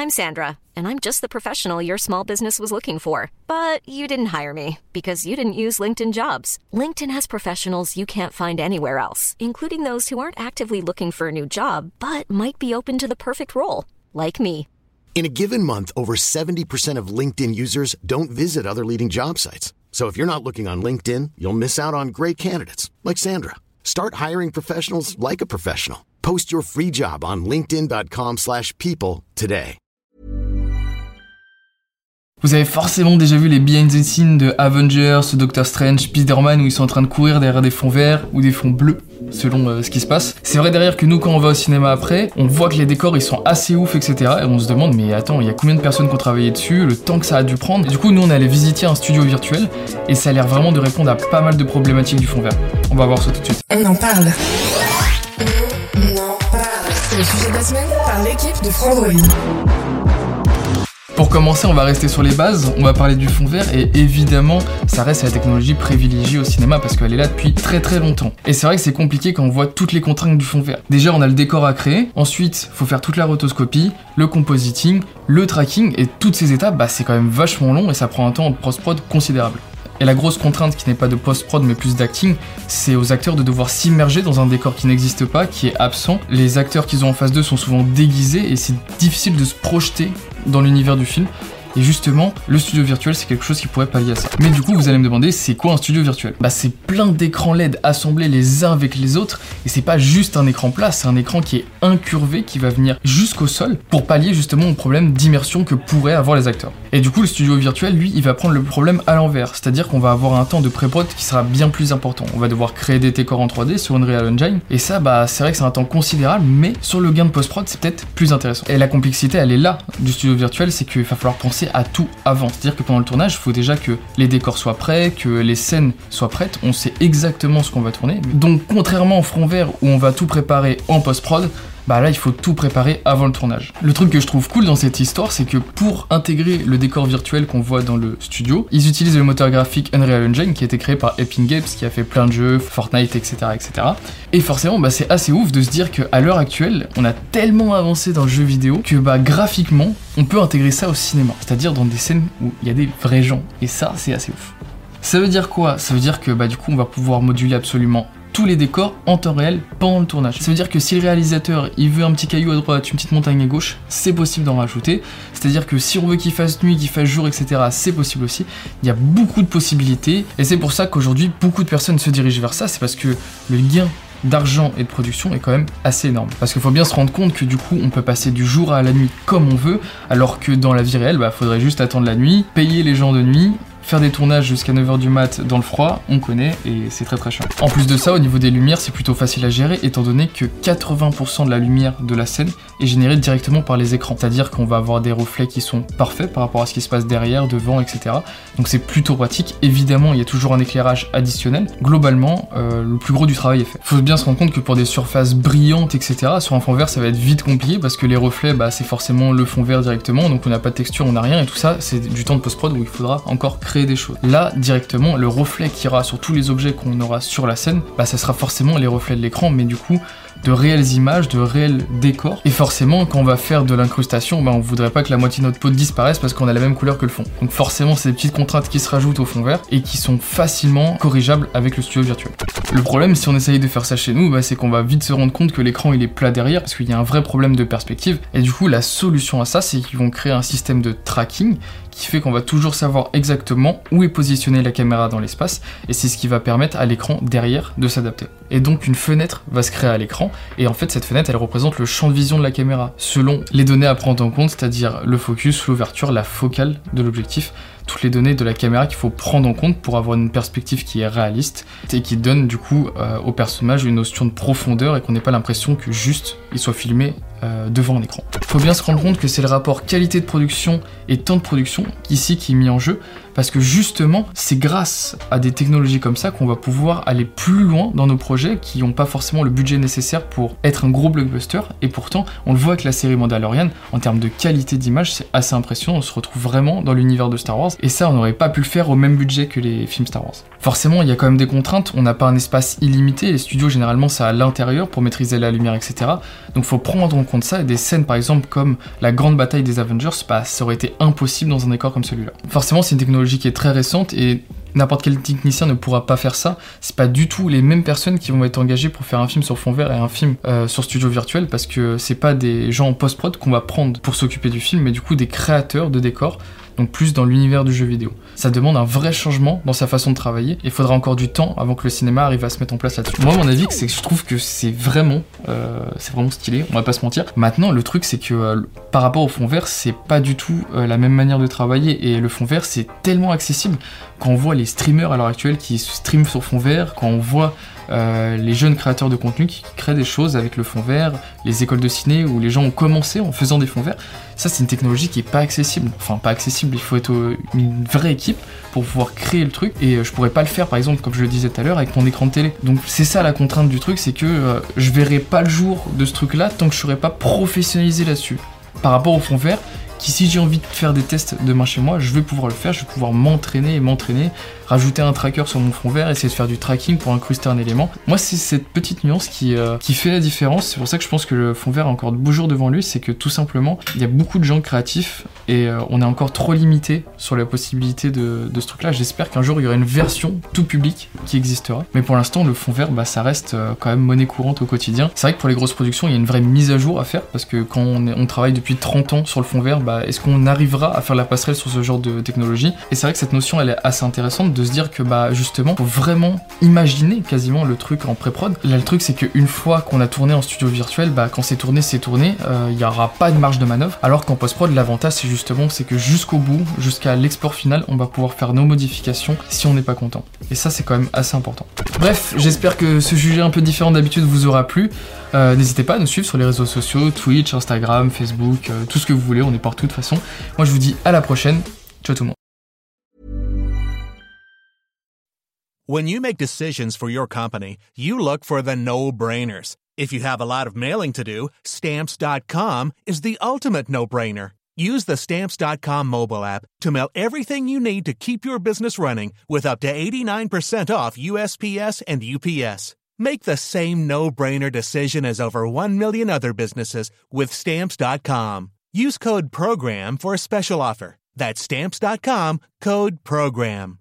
I'm Sandra, and I'm just the professional your small business was looking for. But you didn't hire me because you didn't use LinkedIn Jobs. LinkedIn has professionals you can't find anywhere else, including those who aren't actively looking for a new job, but might be open to the perfect role, like me. In a given month, over 70% of LinkedIn users don't visit other leading job sites. So if you're not looking on LinkedIn, you'll miss out on great candidates like Sandra. Start hiring professionals like a professional. Post your free job on linkedin.com/people today. Vous avez forcément déjà vu les behind the scenes de Avengers, Doctor Strange, Spider-Man où ils sont en train de courir derrière des fonds verts ou des fonds bleus selon ce qui se passe. C'est vrai derrière que nous quand on va au cinéma après, on voit que les décors ils sont assez ouf etc. Et on se demande mais attends, il y a combien de personnes qui ont travaillé dessus, le temps que ça a dû prendre. Et du coup nous on est allé visiter un studio virtuel et ça a l'air vraiment de répondre à pas mal de problématiques du fond vert. On va voir ça tout de suite. On en parle. C'est le sujet de la semaine par l'équipe de Frandroid. Pour commencer, on va rester sur les bases, on va parler du fond vert et évidemment, ça reste la technologie privilégiée au cinéma parce qu'elle est là depuis très très longtemps. Et c'est vrai que c'est compliqué quand on voit toutes les contraintes du fond vert. Déjà, on a le décor à créer, ensuite, faut faire toute la rotoscopie, le compositing, le tracking et toutes ces étapes, c'est quand même vachement long et ça prend un temps de post-prod considérable. Et la grosse contrainte qui n'est pas de post-prod mais plus d'acting, c'est aux acteurs de devoir s'immerger dans un décor qui n'existe pas, qui est absent. Les acteurs qu'ils ont en face d'eux sont souvent déguisés et c'est difficile de se projeter dans l'univers du film. Et justement, le studio virtuel, c'est quelque chose qui pourrait pallier à ça. Mais du coup, vous allez me demander, c'est quoi un studio virtuel ? C'est plein d'écrans LED assemblés les uns avec les autres, et c'est pas juste un écran plat, c'est un écran qui est incurvé, qui va venir jusqu'au sol, pour pallier justement au problème d'immersion que pourraient avoir les acteurs. Et du coup, le studio virtuel, lui, il va prendre le problème à l'envers, c'est-à-dire qu'on va avoir un temps de pré-prod qui sera bien plus important. On va devoir créer des décors en 3D sur Unreal Engine, et ça, c'est vrai que c'est un temps considérable, mais sur le gain de post-prod, c'est peut-être plus intéressant. Et la complexité, elle est là, du studio virtuel, c'est qu'il va falloir penser à tout avant. C'est-à-dire que pendant le tournage, il faut déjà que les décors soient prêts, que les scènes soient prêtes, on sait exactement ce qu'on va tourner. Donc contrairement au front vert où on va tout préparer en post-prod, là il faut tout préparer avant le tournage. Le truc que je trouve cool dans cette histoire, c'est que pour intégrer le décor virtuel qu'on voit dans le studio, ils utilisent le moteur graphique Unreal Engine qui a été créé par Epic Games, qui a fait plein de jeux, Fortnite, etc. Et forcément, c'est assez ouf de se dire qu'à l'heure actuelle, on a tellement avancé dans le jeu vidéo que graphiquement, on peut intégrer ça au cinéma, c'est-à-dire dans des scènes où il y a des vrais gens. Et ça, c'est assez ouf. Ça veut dire quoi ? Ça veut dire que du coup, on va pouvoir moduler absolument tous les décors en temps réel pendant le tournage. Ça veut dire que si le réalisateur il veut un petit caillou à droite, une petite montagne à gauche, c'est possible d'en rajouter. C'est-à-dire que si on veut qu'il fasse nuit, qu'il fasse jour, etc., c'est possible aussi. Il y a beaucoup de possibilités et c'est pour ça qu'aujourd'hui beaucoup de personnes se dirigent vers ça. C'est parce que le gain d'argent et de production est quand même assez énorme. Parce qu'il faut bien se rendre compte que du coup on peut passer du jour à la nuit comme on veut, alors que dans la vie réelle, faudrait juste attendre la nuit, payer les gens de nuit, faire des tournages jusqu'à 9h du mat dans le froid, on connaît et c'est très très chiant. En plus de ça, au niveau des lumières, c'est plutôt facile à gérer étant donné que 80% de la lumière de la scène est générée directement par les écrans. C'est-à-dire qu'on va avoir des reflets qui sont parfaits par rapport à ce qui se passe derrière, devant, etc. Donc c'est plutôt pratique. Évidemment, il y a toujours un éclairage additionnel. Globalement, le plus gros du travail est fait. Faut bien se rendre compte que pour des surfaces brillantes, etc., sur un fond vert, ça va être vite compliqué parce que les reflets, c'est forcément le fond vert directement, donc on n'a pas de texture, on n'a rien et tout ça, c'est du temps de post-prod où il faudra encore créer des choses. Là, directement, le reflet qu'il y aura sur tous les objets qu'on aura sur la scène, ça sera forcément les reflets de l'écran, mais du coup, de réelles images, de réels décors. Et forcément, quand on va faire de l'incrustation, on voudrait pas que la moitié de notre peau disparaisse parce qu'on a la même couleur que le fond. Donc forcément, c'est des petites contraintes qui se rajoutent au fond vert et qui sont facilement corrigeables avec le studio virtuel. Le problème, si on essaye de faire ça chez nous, c'est qu'on va vite se rendre compte que l'écran il est plat derrière parce qu'il y a un vrai problème de perspective. Et du coup, la solution à ça, c'est qu'ils vont créer un système de tracking qui fait qu'on va toujours savoir exactement où est positionnée la caméra dans l'espace et c'est ce qui va permettre à l'écran derrière de s'adapter. Et donc une fenêtre va se créer à l'écran et en fait cette fenêtre elle représente le champ de vision de la caméra selon les données à prendre en compte, c'est-à-dire le focus, l'ouverture, la focale de l'objectif, toutes les données de la caméra qu'il faut prendre en compte pour avoir une perspective qui est réaliste et qui donne du coup au personnage une notion de profondeur et qu'on n'ait pas l'impression que juste il soit filmé devant un écran. Faut bien se rendre compte que c'est le rapport qualité de production et temps de production ici qui est mis en jeu parce que justement c'est grâce à des technologies comme ça qu'on va pouvoir aller plus loin dans nos projets projets qui n'ont pas forcément le budget nécessaire pour être un gros blockbuster, et pourtant, on le voit avec la série Mandalorian, en termes de qualité d'image, c'est assez impressionnant, on se retrouve vraiment dans l'univers de Star Wars, et ça, on n'aurait pas pu le faire au même budget que les films Star Wars. Forcément, il y a quand même des contraintes, on n'a pas un espace illimité, les studios, généralement, c'est à l'intérieur pour maîtriser la lumière, etc. Donc, faut prendre en compte ça, et des scènes, par exemple, comme la grande bataille des Avengers, ça aurait été impossible dans un décor comme celui-là. Forcément, c'est une technologie qui est très récente, et n'importe quel technicien ne pourra pas faire ça. C'est pas du tout les mêmes personnes qui vont être engagées pour faire un film sur fond vert et un film sur studio virtuel, parce que c'est pas des gens en post-prod qu'on va prendre pour s'occuper du film, mais du coup des créateurs de décors, donc plus dans l'univers du jeu vidéo. Ça demande un vrai changement dans sa façon de travailler, et il faudra encore du temps avant que le cinéma arrive à se mettre en place là-dessus. Moi, mon avis, c'est que je trouve que c'est vraiment stylé, on va pas se mentir. Maintenant, le truc, c'est que par rapport au fond vert, c'est pas du tout la même manière de travailler, et le fond vert, c'est tellement accessible. Quand on voit les streamers à l'heure actuelle qui streament sur fond vert, quand on voit les jeunes créateurs de contenu qui créent des choses avec le fond vert, les écoles de ciné où les gens ont commencé en faisant des fonds verts, ça c'est une technologie qui est pas accessible. Enfin pas accessible, il faut être une vraie équipe pour pouvoir créer le truc, et je pourrais pas le faire par exemple, comme je le disais tout à l'heure, avec mon écran de télé. Donc c'est ça la contrainte du truc, c'est que je verrai pas le jour de ce truc là tant que je serai pas professionnalisé là-dessus. Par rapport au fond vert, qui si j'ai envie de faire des tests demain chez moi, je vais pouvoir le faire, je vais pouvoir m'entraîner, rajouter un tracker sur mon fond vert, essayer de faire du tracking pour incruster un élément. Moi, c'est cette petite nuance qui fait la différence. C'est pour ça que je pense que le fond vert a encore de beaux jours devant lui, c'est que tout simplement, il y a beaucoup de gens créatifs, et on est encore trop limité sur la possibilité de ce truc-là. J'espère qu'un jour, il y aura une version tout public qui existera. Mais pour l'instant, le fond vert, ça reste quand même monnaie courante au quotidien. C'est vrai que pour les grosses productions, il y a une vraie mise à jour à faire, parce que quand on travaille depuis 30 ans sur le fond vert, est-ce qu'on arrivera à faire la passerelle sur ce genre de technologie? Et c'est vrai que cette notion, elle est assez intéressante de se dire que justement, faut vraiment imaginer quasiment le truc en pré-prod. Là, le truc, c'est qu'une fois qu'on a tourné en studio virtuel, quand c'est tourné, il n'y aura pas de marge de manœuvre. Alors qu'en post-prod, l'avantage, c'est que jusqu'au bout, jusqu'à l'export final, on va pouvoir faire nos modifications si on n'est pas content. Et ça, c'est quand même assez important. Bref, j'espère que ce sujet un peu différent d'habitude vous aura plu. N'hésitez pas à nous suivre sur les réseaux sociaux, Twitch, Instagram, Facebook, tout ce que vous voulez, on est partout de toute façon. Moi, je vous dis à la prochaine. Ciao tout le monde. When you make decisions for your company, you look for the no-brainers. If you have a lot of mailing to do, Stamps.com is the ultimate no-brainer. Use the Stamps.com mobile app to mail everything you need to keep your business running with up to 89% off USPS and UPS. Make the same no-brainer decision as over 1 million other businesses with Stamps.com. Use code PROGRAM for a special offer. That's Stamps.com, code PROGRAM.